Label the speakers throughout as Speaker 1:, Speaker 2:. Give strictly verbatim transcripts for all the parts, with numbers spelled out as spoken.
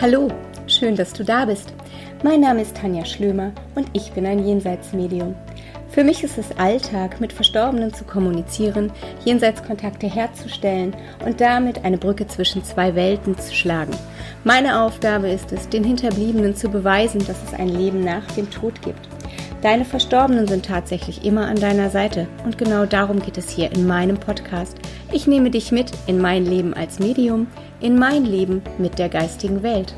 Speaker 1: Hallo, schön, dass du da bist. Mein Name ist Tanja Schlömer und ich bin ein Jenseitsmedium. Für mich ist es Alltag, mit Verstorbenen zu kommunizieren, Jenseitskontakte herzustellen und damit eine Brücke zwischen zwei Welten zu schlagen. Meine Aufgabe ist es, den Hinterbliebenen zu beweisen, dass es ein Leben nach dem Tod gibt. Deine Verstorbenen sind tatsächlich immer an deiner Seite und genau darum geht es hier in meinem Podcast. Ich nehme dich mit in mein Leben als Medium, in mein Leben mit der geistigen Welt.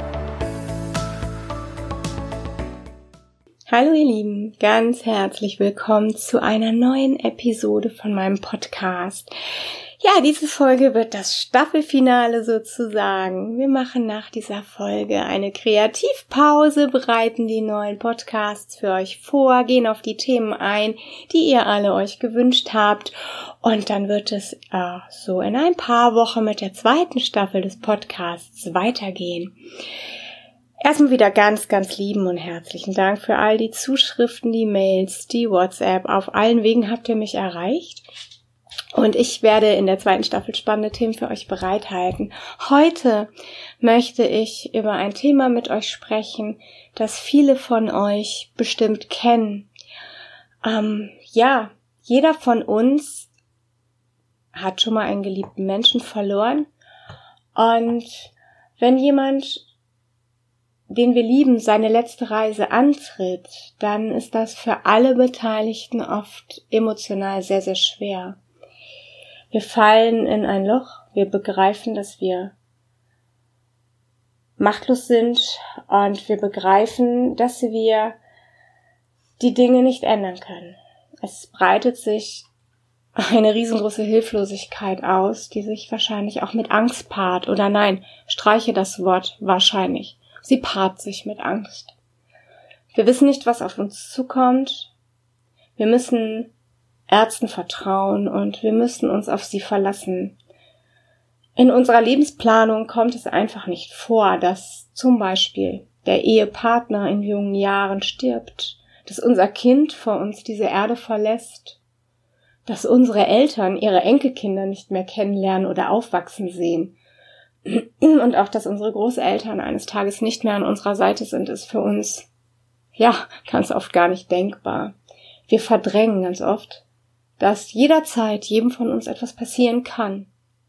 Speaker 1: Hallo ihr Lieben, ganz herzlich willkommen zu einer neuen Episode von meinem Podcast. Ja, diese Folge wird das Staffelfinale sozusagen. Wir machen nach dieser Folge eine Kreativpause, bereiten die neuen Podcasts für euch vor, gehen auf die Themen ein, die ihr alle euch gewünscht habt. Und dann wird es äh, so in ein paar Wochen mit der zweiten Staffel des Podcasts weitergehen. Erstmal wieder ganz, ganz lieben und herzlichen Dank für all die Zuschriften, die Mails, die WhatsApp. Auf allen Wegen habt ihr mich erreicht. Und ich werde in der zweiten Staffel spannende Themen für euch bereithalten. Heute möchte ich über ein Thema mit euch sprechen, das viele von euch bestimmt kennen. Ähm, ja, jeder von uns hat schon mal einen geliebten Menschen verloren. Und wenn jemand, den wir lieben, seine letzte Reise antritt, dann ist das für alle Beteiligten oft emotional sehr, sehr schwer. Wir fallen in ein Loch, wir begreifen, dass wir machtlos sind und wir begreifen, dass wir die Dinge nicht ändern können. Es breitet sich eine riesengroße Hilflosigkeit aus, die sich wahrscheinlich auch mit Angst paart. Oder nein, streiche das Wort wahrscheinlich. Sie paart sich mit Angst. Wir wissen nicht, was auf uns zukommt. Wir müssen Ärzten vertrauen und wir müssen uns auf sie verlassen. In unserer Lebensplanung kommt es einfach nicht vor, dass zum Beispiel der Ehepartner in jungen Jahren stirbt, dass unser Kind vor uns diese Erde verlässt, dass unsere Eltern ihre Enkelkinder nicht mehr kennenlernen oder aufwachsen sehen und auch, dass unsere Großeltern eines Tages nicht mehr an unserer Seite sind, ist für uns, ja, ganz oft gar nicht denkbar. Wir verdrängen ganz oft, dass jederzeit jedem von uns etwas passieren kann.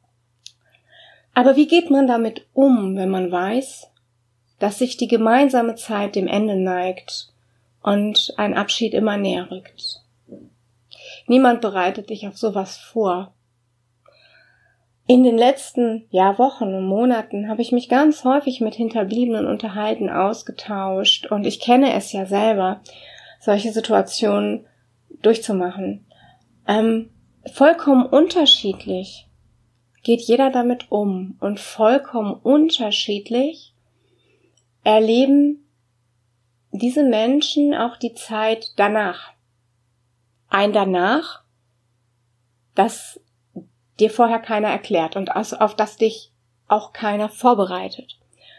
Speaker 1: Aber wie geht man damit um, wenn man weiß, dass sich die gemeinsame Zeit dem Ende neigt und ein Abschied immer näher rückt? Niemand bereitet dich auf sowas vor. In den letzten ja, Wochen und Monaten habe ich mich ganz häufig mit Hinterbliebenen unterhalten, ausgetauscht und ich kenne es ja selber, solche Situationen durchzumachen. Ähm, vollkommen unterschiedlich geht jeder damit um und vollkommen unterschiedlich erleben diese Menschen auch die Zeit danach. Ein danach, das dir vorher keiner erklärt und auf das dich auch keiner vorbereitet.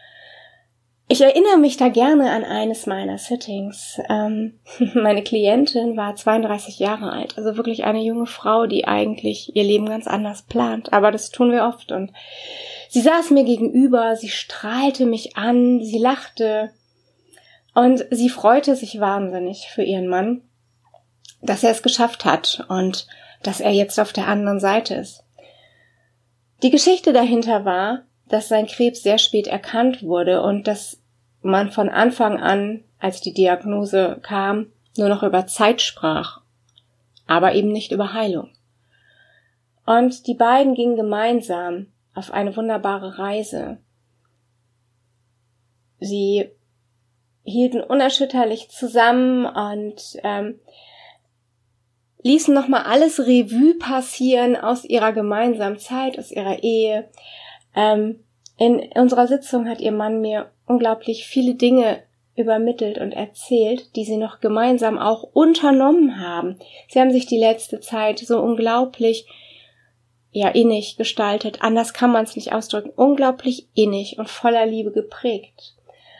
Speaker 1: Ich erinnere mich da gerne an eines meiner Sittings. Ähm, meine Klientin war zweiunddreißig Jahre alt, also wirklich eine junge Frau, die eigentlich ihr Leben ganz anders plant, aber das tun wir oft. Und sie saß mir gegenüber, sie strahlte mich an, sie lachte und sie freute sich wahnsinnig für ihren Mann, dass er es geschafft hat und dass er jetzt auf der anderen Seite ist. Die Geschichte dahinter war, dass sein Krebs sehr spät erkannt wurde und dass man von Anfang an, als die Diagnose kam, nur noch über Zeit sprach, aber eben nicht über Heilung. Und die beiden gingen gemeinsam auf eine wunderbare Reise. Sie hielten unerschütterlich zusammen und ähm, ließen nochmal alles Revue passieren aus ihrer gemeinsamen Zeit, aus ihrer Ehe. Ähm, in unserer Sitzung hat ihr Mann mir unglaublich viele Dinge übermittelt und erzählt, die sie noch gemeinsam auch unternommen haben. Sie haben sich die letzte Zeit so unglaublich, ja, innig gestaltet. Anders kann man es nicht ausdrücken. Unglaublich innig und voller Liebe geprägt.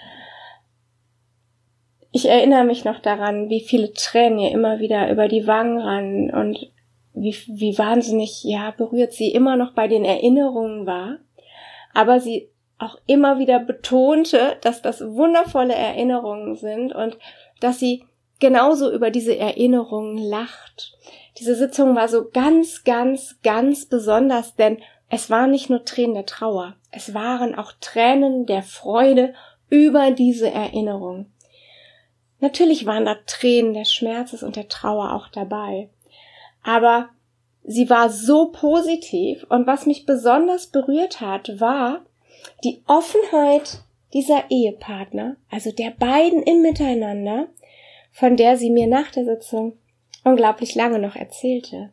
Speaker 1: Ich erinnere mich noch daran, wie viele Tränen ihr immer wieder über die Wangen rannen und wie, wie wahnsinnig, ja, berührt sie immer noch bei den Erinnerungen war. Aber sie auch immer wieder betonte, dass das wundervolle Erinnerungen sind und dass sie genauso über diese Erinnerungen lacht. Diese Sitzung war so ganz, ganz, ganz besonders, denn es waren nicht nur Tränen der Trauer, es waren auch Tränen der Freude über diese Erinnerung. Natürlich waren da Tränen des Schmerzes und der Trauer auch dabei, aber sie war so positiv und was mich besonders berührt hat, war die Offenheit dieser Ehepartner, also der beiden im Miteinander, von der sie mir nach der Sitzung unglaublich lange noch erzählte.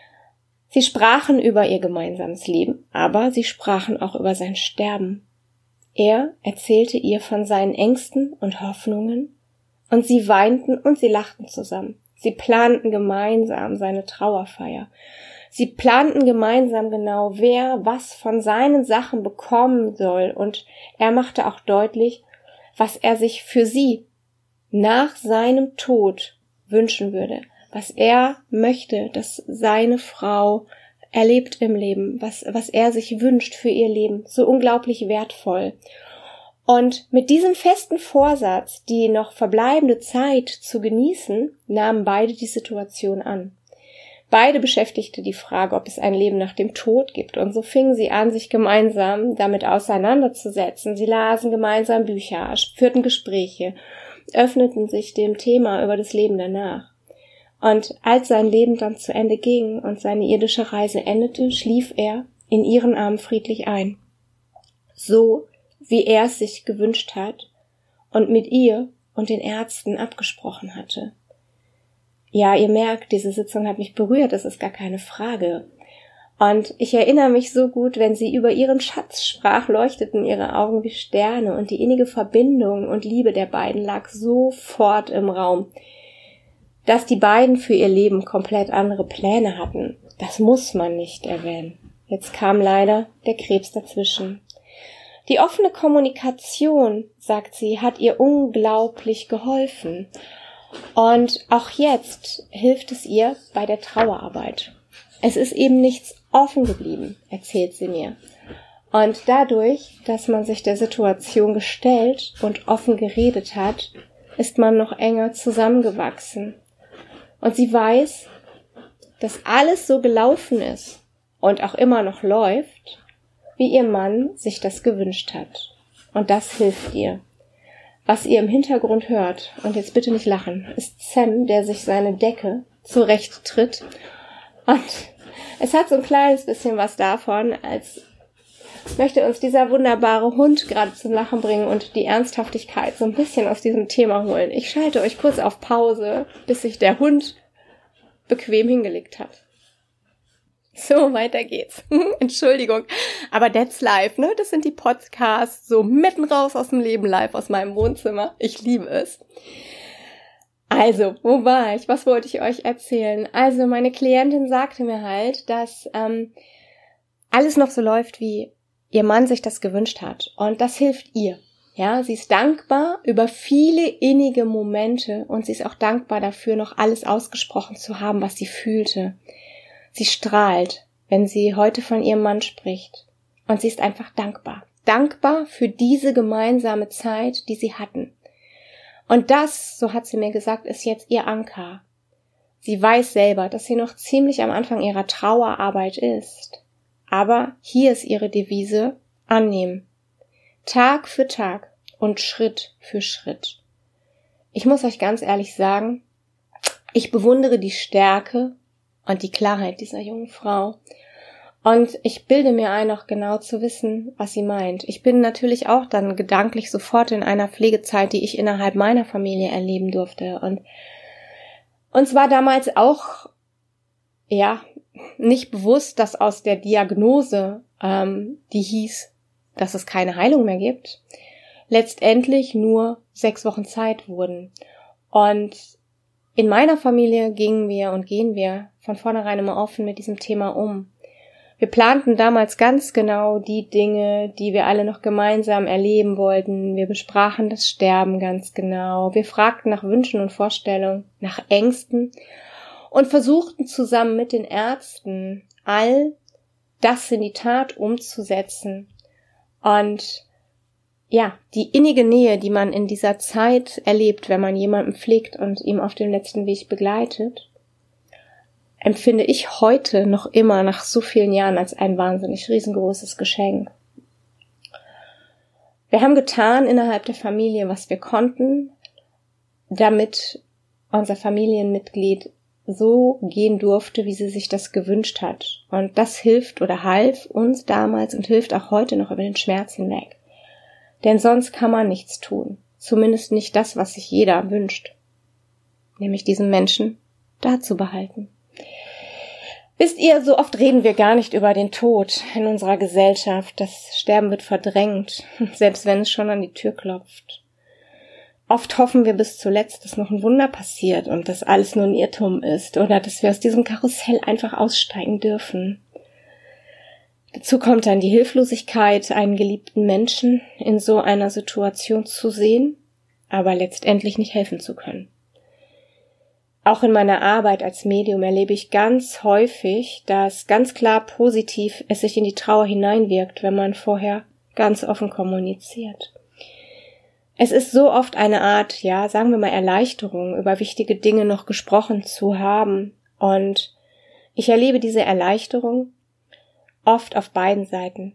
Speaker 1: Sie sprachen über ihr gemeinsames Leben, aber sie sprachen auch über sein Sterben. Er erzählte ihr von seinen Ängsten und Hoffnungen, und sie weinten und sie lachten zusammen. Sie planten gemeinsam seine Trauerfeier. Sie planten gemeinsam genau, wer was von seinen Sachen bekommen soll, und er machte auch deutlich, was er sich für sie nach seinem Tod wünschen würde, was er möchte, dass seine Frau erlebt im Leben, was, was er sich wünscht für ihr Leben, so unglaublich wertvoll. Und mit diesem festen Vorsatz, die noch verbleibende Zeit zu genießen, nahmen beide die Situation an. Beide beschäftigte die Frage, ob es ein Leben nach dem Tod gibt, und so fingen sie an, sich gemeinsam damit auseinanderzusetzen. Sie lasen gemeinsam Bücher, führten Gespräche, öffneten sich dem Thema über das Leben danach. Und als sein Leben dann zu Ende ging und seine irdische Reise endete, schlief er in ihren Armen friedlich ein. So, wie er es sich gewünscht hat und mit ihr und den Ärzten abgesprochen hatte. Ja, ihr merkt, diese Sitzung hat mich berührt, das ist gar keine Frage. Und ich erinnere mich so gut, wenn sie über ihren Schatz sprach, leuchteten ihre Augen wie Sterne, und die innige Verbindung und Liebe der beiden lag sofort im Raum. Dass die beiden für ihr Leben komplett andere Pläne hatten, das muss man nicht erwähnen. Jetzt kam leider der Krebs dazwischen. Die offene Kommunikation, sagt sie, hat ihr unglaublich geholfen. Und auch jetzt hilft es ihr bei der Trauerarbeit. Es ist eben nichts offen geblieben, erzählt sie mir. Und dadurch, dass man sich der Situation gestellt und offen geredet hat, ist man noch enger zusammengewachsen. Und sie weiß, dass alles so gelaufen ist und auch immer noch läuft, wie ihr Mann sich das gewünscht hat. Und das hilft ihr. Was ihr im Hintergrund hört, und jetzt bitte nicht lachen, ist Sam, der sich seine Decke zurecht tritt. Und es hat so ein kleines bisschen was davon, als möchte uns dieser wunderbare Hund gerade zum Lachen bringen und die Ernsthaftigkeit so ein bisschen aus diesem Thema holen. Ich schalte euch kurz auf Pause, bis sich der Hund bequem hingelegt hat. So, weiter geht's. Entschuldigung, aber that's live, ne? Das sind die Podcasts, so mitten raus aus dem Leben live, aus meinem Wohnzimmer. Ich liebe es. Also, wo war ich? Was wollte ich euch erzählen? Also, meine Klientin sagte mir halt, dass ähm, alles noch so läuft, wie ihr Mann sich das gewünscht hat. Und das hilft ihr. Ja, sie ist dankbar über viele innige Momente und sie ist auch dankbar dafür, noch alles ausgesprochen zu haben, was sie fühlte. Sie strahlt, wenn sie heute von ihrem Mann spricht. Und sie ist einfach dankbar. Dankbar für diese gemeinsame Zeit, die sie hatten. Und das, so hat sie mir gesagt, ist jetzt ihr Anker. Sie weiß selber, dass sie noch ziemlich am Anfang ihrer Trauerarbeit ist. Aber hier ist ihre Devise: annehmen. Tag für Tag und Schritt für Schritt. Ich muss euch ganz ehrlich sagen, ich bewundere die Stärke und die Klarheit dieser jungen Frau. Und ich bilde mir ein, auch genau zu wissen, was sie meint. Ich bin natürlich auch dann gedanklich sofort in einer Pflegezeit, die ich innerhalb meiner Familie erleben durfte. Und uns war damals auch, ja, nicht bewusst, dass aus der Diagnose, ähm, die hieß, dass es keine Heilung mehr gibt, letztendlich nur sechs Wochen Zeit wurden. Und in meiner Familie gingen wir und gehen wir von vornherein immer offen mit diesem Thema um. Wir planten damals ganz genau die Dinge, die wir alle noch gemeinsam erleben wollten. Wir besprachen das Sterben ganz genau. Wir fragten nach Wünschen und Vorstellungen, nach Ängsten und versuchten zusammen mit den Ärzten all das in die Tat umzusetzen. Und ja, die innige Nähe, die man in dieser Zeit erlebt, wenn man jemanden pflegt und ihm auf dem letzten Weg begleitet, empfinde ich heute noch immer nach so vielen Jahren als ein wahnsinnig riesengroßes Geschenk. Wir haben getan innerhalb der Familie, was wir konnten, damit unser Familienmitglied so gehen durfte, wie sie sich das gewünscht hat. Und das hilft oder half uns damals und hilft auch heute noch über den Schmerz hinweg. Denn sonst kann man nichts tun. Zumindest nicht das, was sich jeder wünscht. Nämlich diesen Menschen da zu behalten. Wisst ihr, so oft reden wir gar nicht über den Tod in unserer Gesellschaft. Das Sterben wird verdrängt, selbst wenn es schon an die Tür klopft. Oft hoffen wir bis zuletzt, dass noch ein Wunder passiert und dass alles nur ein Irrtum ist oder dass wir aus diesem Karussell einfach aussteigen dürfen. Dazu kommt dann die Hilflosigkeit, einen geliebten Menschen in so einer Situation zu sehen, aber letztendlich nicht helfen zu können. Auch in meiner Arbeit als Medium erlebe ich ganz häufig, dass ganz klar positiv es sich in die Trauer hineinwirkt, wenn man vorher ganz offen kommuniziert. Es ist so oft eine Art, ja, sagen wir mal Erleichterung, über wichtige Dinge noch gesprochen zu haben. Und ich erlebe diese Erleichterung oft auf beiden Seiten.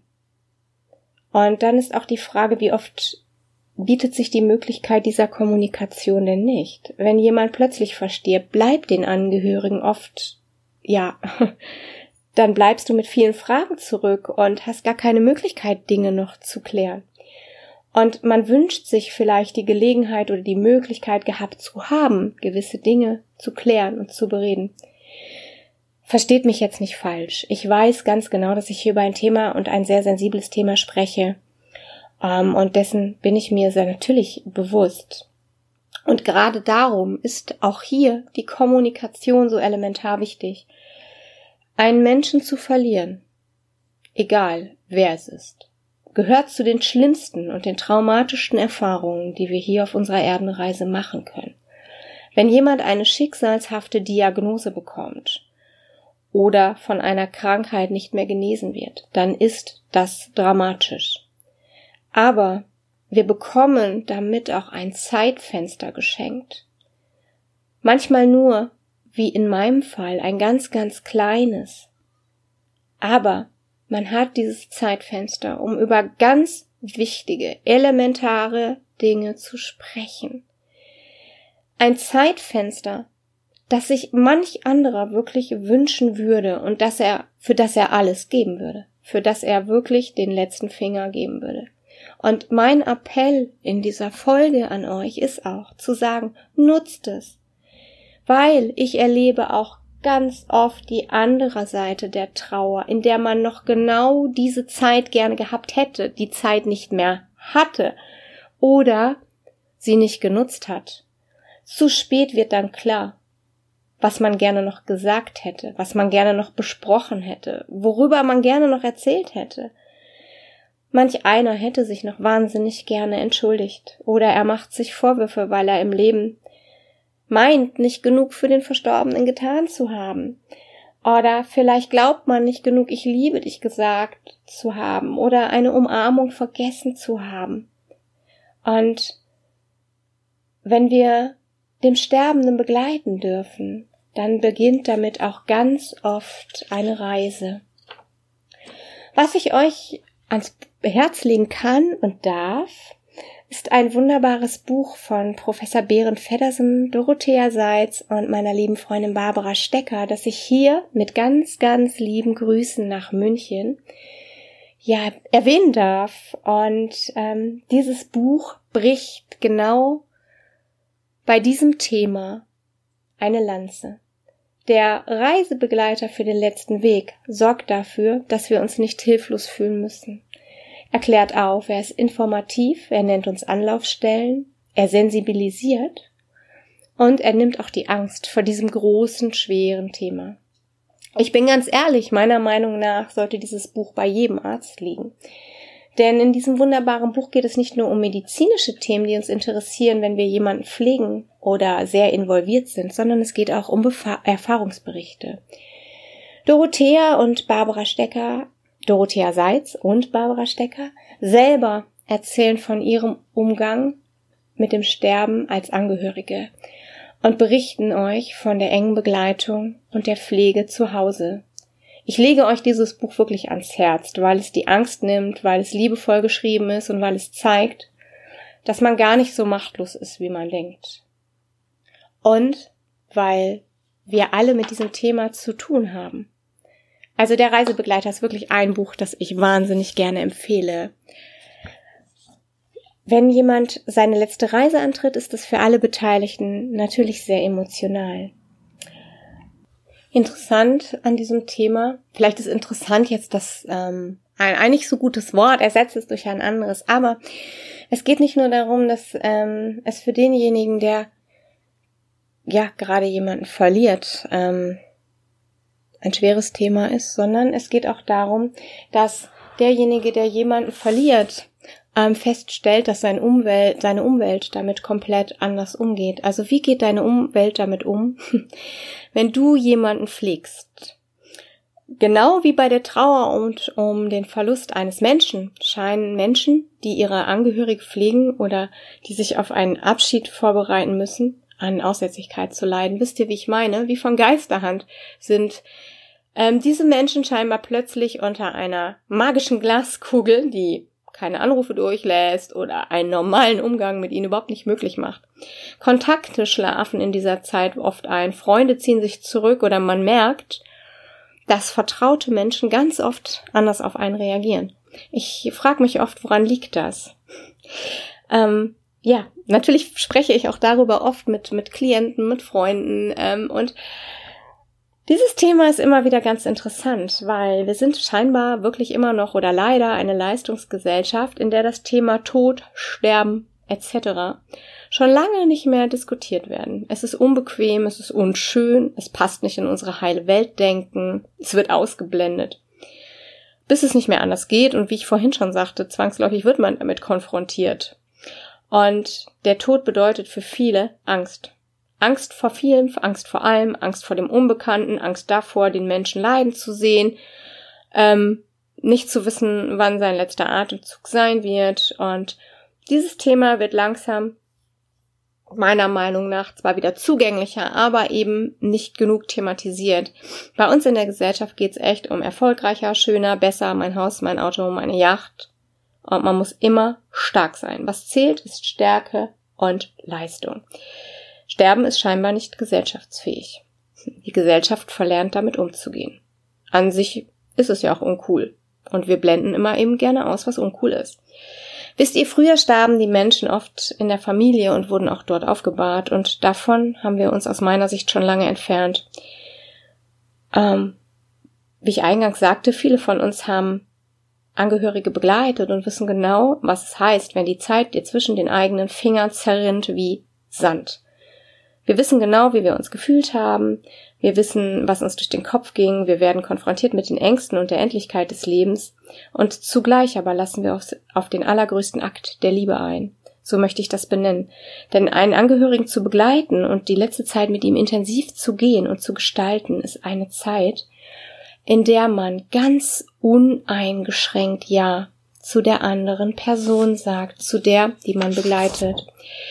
Speaker 1: Und dann ist auch die Frage, wie oft bietet sich die Möglichkeit dieser Kommunikation denn nicht? Wenn jemand plötzlich verstirbt, bleibt den Angehörigen oft, ja, dann bleibst du mit vielen Fragen zurück und hast gar keine Möglichkeit, Dinge noch zu klären. Und man wünscht sich vielleicht die Gelegenheit oder die Möglichkeit gehabt zu haben, gewisse Dinge zu klären und zu bereden. Versteht mich jetzt nicht falsch. Ich weiß ganz genau, dass ich hier über ein Thema und ein sehr sensibles Thema spreche. Um, und dessen bin ich mir sehr natürlich bewusst. Und gerade darum ist auch hier die Kommunikation so elementar wichtig. Einen Menschen zu verlieren, egal wer es ist, gehört zu den schlimmsten und den traumatischsten Erfahrungen, die wir hier auf unserer Erdenreise machen können. Wenn jemand eine schicksalshafte Diagnose bekommt oder von einer Krankheit nicht mehr genesen wird, dann ist das dramatisch. Aber wir bekommen damit auch ein Zeitfenster geschenkt. Manchmal nur, wie in meinem Fall, ein ganz, ganz kleines. Aber man hat dieses Zeitfenster, um über ganz wichtige, elementare Dinge zu sprechen. Ein Zeitfenster, das sich manch anderer wirklich wünschen würde und dass er, für das er alles geben würde, für das er wirklich den letzten Finger geben würde. Und mein Appell in dieser Folge an euch ist auch zu sagen, nutzt es, weil ich erlebe auch ganz oft die andere Seite der Trauer, in der man noch genau diese Zeit gerne gehabt hätte, die Zeit nicht mehr hatte oder sie nicht genutzt hat. Zu spät wird dann klar, was man gerne noch gesagt hätte, was man gerne noch besprochen hätte, worüber man gerne noch erzählt hätte. Manch einer hätte sich noch wahnsinnig gerne entschuldigt oder er macht sich Vorwürfe, weil er im Leben meint, nicht genug für den Verstorbenen getan zu haben. Oder vielleicht glaubt man nicht genug, ich liebe dich gesagt zu haben oder eine Umarmung vergessen zu haben. Und wenn wir den Sterbenden begleiten dürfen, dann beginnt damit auch ganz oft eine Reise. Was ich euch ans Herz legen kann und darf, ist ein wunderbares Buch von Professor Berend Feddersen, Dorothea Seitz und meiner lieben Freundin Barbara Stecker, das ich hier mit ganz, ganz lieben Grüßen nach München ja erwähnen darf. Und ähm, dieses Buch bricht genau bei diesem Thema eine Lanze. Der Reisebegleiter für den letzten Weg sorgt dafür, dass wir uns nicht hilflos fühlen müssen. Er klärt auf, er ist informativ, er nennt uns Anlaufstellen, er sensibilisiert und er nimmt auch die Angst vor diesem großen, schweren Thema. Ich bin ganz ehrlich, meiner Meinung nach sollte dieses Buch bei jedem Arzt liegen. Denn in diesem wunderbaren Buch geht es nicht nur um medizinische Themen, die uns interessieren, wenn wir jemanden pflegen oder sehr involviert sind, sondern es geht auch um Befa- Erfahrungsberichte. Dorothea und Barbara Stecker Dorothea Seitz und Barbara Stecker selber erzählen von ihrem Umgang mit dem Sterben als Angehörige und berichten euch von der engen Begleitung und der Pflege zu Hause. Ich lege euch dieses Buch wirklich ans Herz, weil es die Angst nimmt, weil es liebevoll geschrieben ist und weil es zeigt, dass man gar nicht so machtlos ist, wie man denkt. Und weil wir alle mit diesem Thema zu tun haben. Also der Reisebegleiter ist wirklich ein Buch, das ich wahnsinnig gerne empfehle. Wenn jemand seine letzte Reise antritt, ist es für alle Beteiligten natürlich sehr emotional. Interessant an diesem Thema, vielleicht ist interessant jetzt das ähm, ein, ein nicht so gutes Wort, ersetzt es durch ein anderes, aber es geht nicht nur darum, dass ähm, es für denjenigen, der ja gerade jemanden verliert, ähm, ein schweres Thema ist, sondern es geht auch darum, dass derjenige, der jemanden verliert, ähm, feststellt, dass seine Umwelt, seine Umwelt damit komplett anders umgeht. Also wie geht deine Umwelt damit um, wenn du jemanden pflegst? Genau wie bei der Trauer und um den Verlust eines Menschen scheinen Menschen, die ihre Angehörige pflegen oder die sich auf einen Abschied vorbereiten müssen, an Aussätzlichkeit zu leiden. Wisst ihr, wie ich meine? Wie von Geisterhand sind ähm, diese Menschen scheinbar plötzlich unter einer magischen Glaskugel, die keine Anrufe durchlässt oder einen normalen Umgang mit ihnen überhaupt nicht möglich macht. Kontakte schlafen in dieser Zeit oft ein, Freunde ziehen sich zurück oder man merkt, dass vertraute Menschen ganz oft anders auf einen reagieren. Ich frage mich oft, woran liegt das? Ähm, Ja, natürlich spreche ich auch darüber oft mit mit Klienten, mit Freunden ähm, und dieses Thema ist immer wieder ganz interessant, weil wir sind scheinbar wirklich immer noch oder leider eine Leistungsgesellschaft, in der das Thema Tod, Sterben et cetera schon lange nicht mehr diskutiert werden. Es ist unbequem, es ist unschön, es passt nicht in unsere heile Weltdenken, es wird ausgeblendet, bis es nicht mehr anders geht und wie ich vorhin schon sagte, zwangsläufig wird man damit konfrontiert. Und der Tod bedeutet für viele Angst. Angst vor vielem, Angst vor allem, Angst vor dem Unbekannten, Angst davor, den Menschen leiden zu sehen, ähm, nicht zu wissen, wann sein letzter Atemzug sein wird. Und dieses Thema wird langsam, meiner Meinung nach, zwar wieder zugänglicher, aber eben nicht genug thematisiert. Bei uns in der Gesellschaft geht es echt um erfolgreicher, schöner, besser, mein Haus, mein Auto, meine Yacht. Und man muss immer stark sein. Was zählt, ist Stärke und Leistung. Sterben ist scheinbar nicht gesellschaftsfähig. Die Gesellschaft verlernt, damit umzugehen. An sich ist es ja auch uncool. Und wir blenden immer eben gerne aus, was uncool ist. Wisst ihr, früher starben die Menschen oft in der Familie und wurden auch dort aufgebahrt. Und davon haben wir uns aus meiner Sicht schon lange entfernt. Ähm, wie ich eingangs sagte, viele von uns haben Angehörige begleitet und wissen genau, was es heißt, wenn die Zeit dir zwischen den eigenen Fingern zerrinnt wie Sand. Wir wissen genau, wie wir uns gefühlt haben. Wir wissen, was uns durch den Kopf ging. Wir werden konfrontiert mit den Ängsten und der Endlichkeit des Lebens. Und zugleich aber lassen wir uns auf den allergrößten Akt der Liebe ein. So möchte ich das benennen. Denn einen Angehörigen zu begleiten und die letzte Zeit mit ihm intensiv zu gehen und zu gestalten, ist eine Zeit, in der man ganz uneingeschränkt Ja zu der anderen Person sagt, zu der, die man begleitet.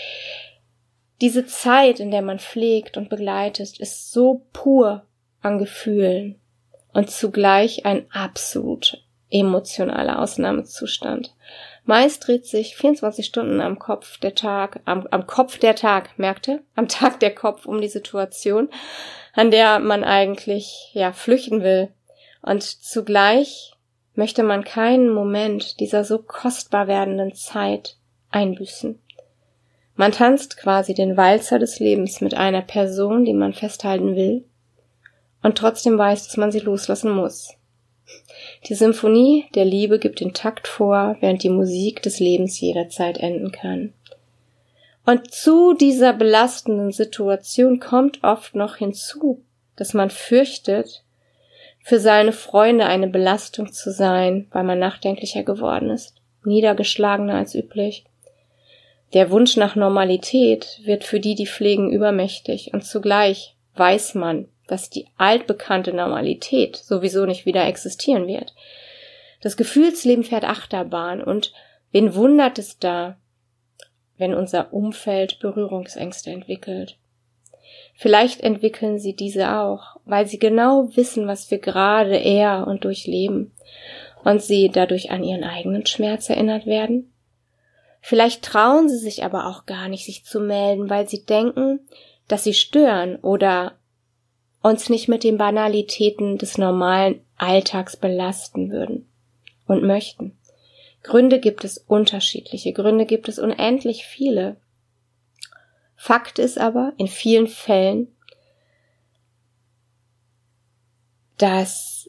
Speaker 1: Diese Zeit, in der man pflegt und begleitet, ist so pur an Gefühlen und zugleich ein absolut emotionaler Ausnahmezustand. Meist dreht sich vierundzwanzig Stunden am Kopf der Tag, am, am Kopf der Tag, merkt ihr? Am Tag der Kopf um die Situation, an der man eigentlich, ja, flüchten will. Und zugleich möchte man keinen Moment dieser so kostbar werdenden Zeit einbüßen. Man tanzt quasi den Walzer des Lebens mit einer Person, die man festhalten will, und trotzdem weiß, dass man sie loslassen muss. Die Symphonie der Liebe gibt den Takt vor, während die Musik des Lebens jederzeit enden kann. Und zu dieser belastenden Situation kommt oft noch hinzu, dass man fürchtet, für seine Freunde eine Belastung zu sein, weil man nachdenklicher geworden ist, niedergeschlagener als üblich. Der Wunsch nach Normalität wird für die, die pflegen, übermächtig und zugleich weiß man, dass die altbekannte Normalität sowieso nicht wieder existieren wird. Das Gefühlsleben fährt Achterbahn und Wen wundert es da, wenn unser Umfeld Berührungsängste entwickelt? Vielleicht entwickeln sie diese auch, weil sie genau wissen, was wir gerade eher und durchleben und sie dadurch an ihren eigenen Schmerz erinnert werden. Vielleicht trauen sie sich aber auch gar nicht, sich zu melden, weil sie denken, dass sie stören oder uns nicht mit den Banalitäten des normalen Alltags belasten würden und möchten. Gründe gibt es unterschiedliche, Gründe gibt es unendlich viele. Fakt ist aber in vielen Fällen, dass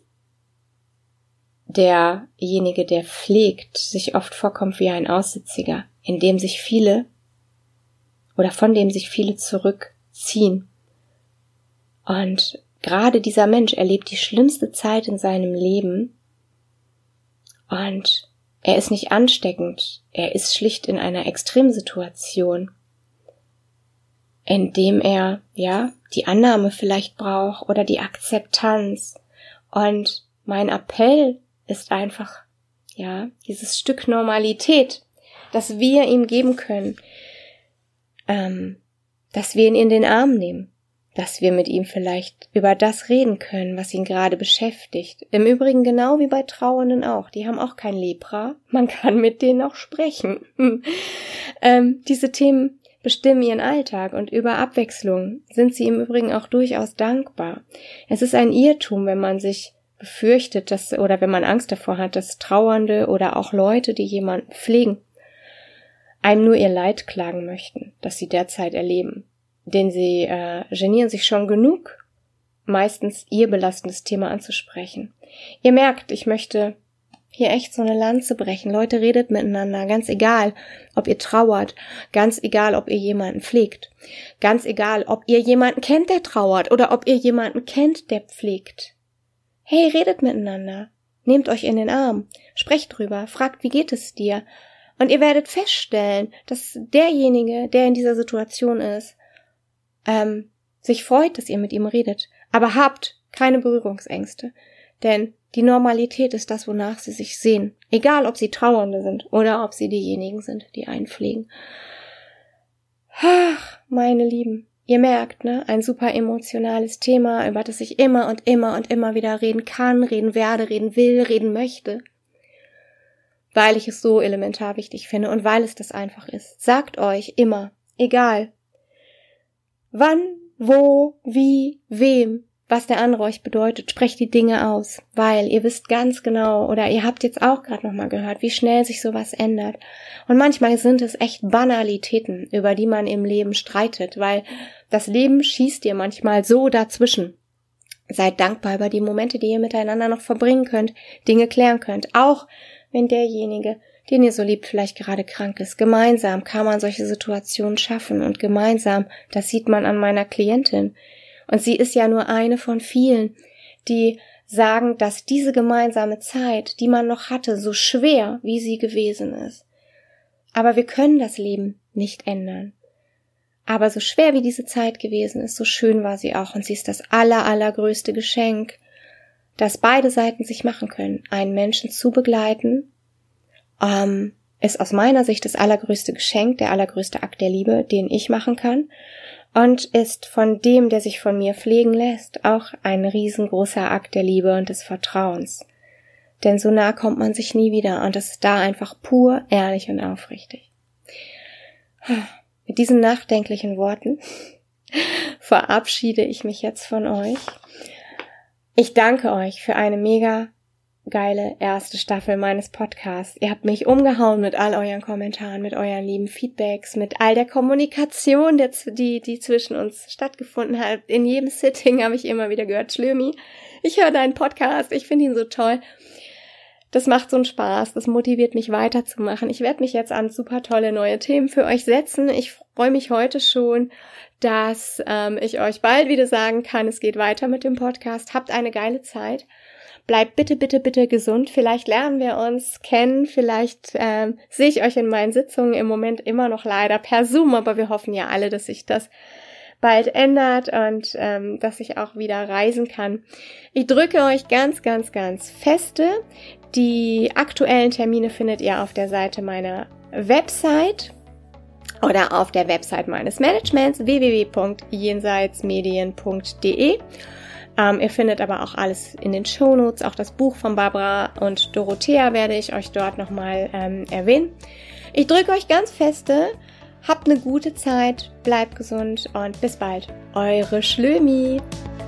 Speaker 1: derjenige, der pflegt, sich oft vorkommt wie ein Aussitziger, in dem sich viele oder von dem sich viele zurückziehen. Und gerade dieser Mensch erlebt die schlimmste Zeit in seinem Leben und er ist nicht ansteckend, er ist schlicht in einer Extremsituation, in dem er, ja, die Annahme vielleicht braucht oder die Akzeptanz. Und mein Appell ist einfach, ja, dieses Stück Normalität, das wir ihm geben können, ähm, dass wir ihn in den Arm nehmen, dass wir mit ihm vielleicht über das reden können, was ihn gerade beschäftigt. Im Übrigen genau wie bei Trauernden auch. Die haben auch kein Lepra. Man kann mit denen auch sprechen. ähm, diese Themen bestimmen ihren Alltag und über Abwechslung sind sie im Übrigen auch durchaus dankbar. Es ist ein Irrtum, wenn man sich befürchtet, dass oder wenn man Angst davor hat, dass Trauernde oder auch Leute, die jemanden pflegen, einem nur ihr Leid klagen möchten, das sie derzeit erleben. Denn sie äh, genieren sich schon genug, meistens ihr belastendes Thema anzusprechen. Ihr merkt, ich möchte hier echt so eine Lanze brechen. Leute, redet miteinander, ganz egal, ob ihr trauert, ganz egal, ob ihr jemanden pflegt, ganz egal, ob ihr jemanden kennt, der trauert oder ob ihr jemanden kennt, der pflegt. Hey, redet miteinander, nehmt euch in den Arm, sprecht drüber, fragt, wie geht es dir? Und ihr werdet feststellen, dass derjenige, der in dieser Situation ist, ähm, sich freut, dass ihr mit ihm redet. Aber habt keine Berührungsängste, denn die Normalität ist das, wonach sie sich sehen. Egal, ob sie Trauernde sind oder ob sie diejenigen sind, die einen pflegen. Ach, meine Lieben, ihr merkt, ne, ein super emotionales Thema, über das ich immer und immer und immer wieder reden kann, reden werde, reden will, reden möchte. Weil ich es so elementar wichtig finde und weil es das einfach ist. Sagt euch immer, egal, wann, wo, wie, wem, was der andere euch bedeutet, sprecht die Dinge aus, weil ihr wisst ganz genau, oder ihr habt jetzt auch gerade nochmal gehört, wie schnell sich sowas ändert. Und manchmal sind es echt Banalitäten, über die man im Leben streitet, weil das Leben schießt ihr manchmal so dazwischen. Seid dankbar über die Momente, die ihr miteinander noch verbringen könnt, Dinge klären könnt, auch wenn derjenige, den ihr so liebt, vielleicht gerade krank ist. Gemeinsam kann man solche Situationen schaffen und gemeinsam, das sieht man an meiner Klientin. Und sie ist ja nur eine von vielen, die sagen, dass diese gemeinsame Zeit, die man noch hatte, so schwer, wie sie gewesen ist. Aber wir können das Leben nicht ändern. Aber so schwer wie diese Zeit gewesen ist, so schön war sie auch. Und sie ist das aller, allergrößte Geschenk, das beide Seiten sich machen können. Einen Menschen zu begleiten, ähm, ist aus meiner Sicht das allergrößte Geschenk, der allergrößte Akt der Liebe, den ich machen kann. Und ist von dem, der sich von mir pflegen lässt, auch ein riesengroßer Akt der Liebe und des Vertrauens. Denn so nah kommt man sich nie wieder und es ist da einfach pur, ehrlich und aufrichtig. Mit diesen nachdenklichen Worten verabschiede ich mich jetzt von euch. Ich danke euch für eine mega geile erste Staffel meines Podcasts. Ihr habt mich umgehauen mit all euren Kommentaren, mit euren lieben Feedbacks, mit all der Kommunikation, die, die zwischen uns stattgefunden hat. In jedem Sitting habe ich immer wieder gehört, Schlömi, ich höre deinen Podcast, ich finde ihn so toll. Das macht so einen Spaß, das motiviert mich weiterzumachen. Ich werde mich jetzt an super tolle neue Themen für euch setzen. Ich freue mich heute schon, dass ähm, ich euch bald wieder sagen kann, es geht weiter mit dem Podcast. Habt eine geile Zeit. Bleibt bitte, bitte, bitte gesund. Vielleicht lernen wir uns kennen. Vielleicht ähm, sehe ich euch in meinen Sitzungen im Moment immer noch leider per Zoom. Aber wir hoffen ja alle, dass sich das bald ändert und ähm, dass ich auch wieder reisen kann. Ich drücke euch ganz, ganz, ganz feste. Die aktuellen Termine findet ihr auf der Seite meiner Website oder auf der Website meines Managements w w w punkt jenseitsmedien punkt d e. Ähm, ihr findet aber auch alles in den Shownotes, auch das Buch von Barbara und Dorothea werde ich euch dort nochmal ähm, erwähnen. Ich drücke euch ganz feste, habt eine gute Zeit, bleibt gesund und bis bald. Eure Schlömi.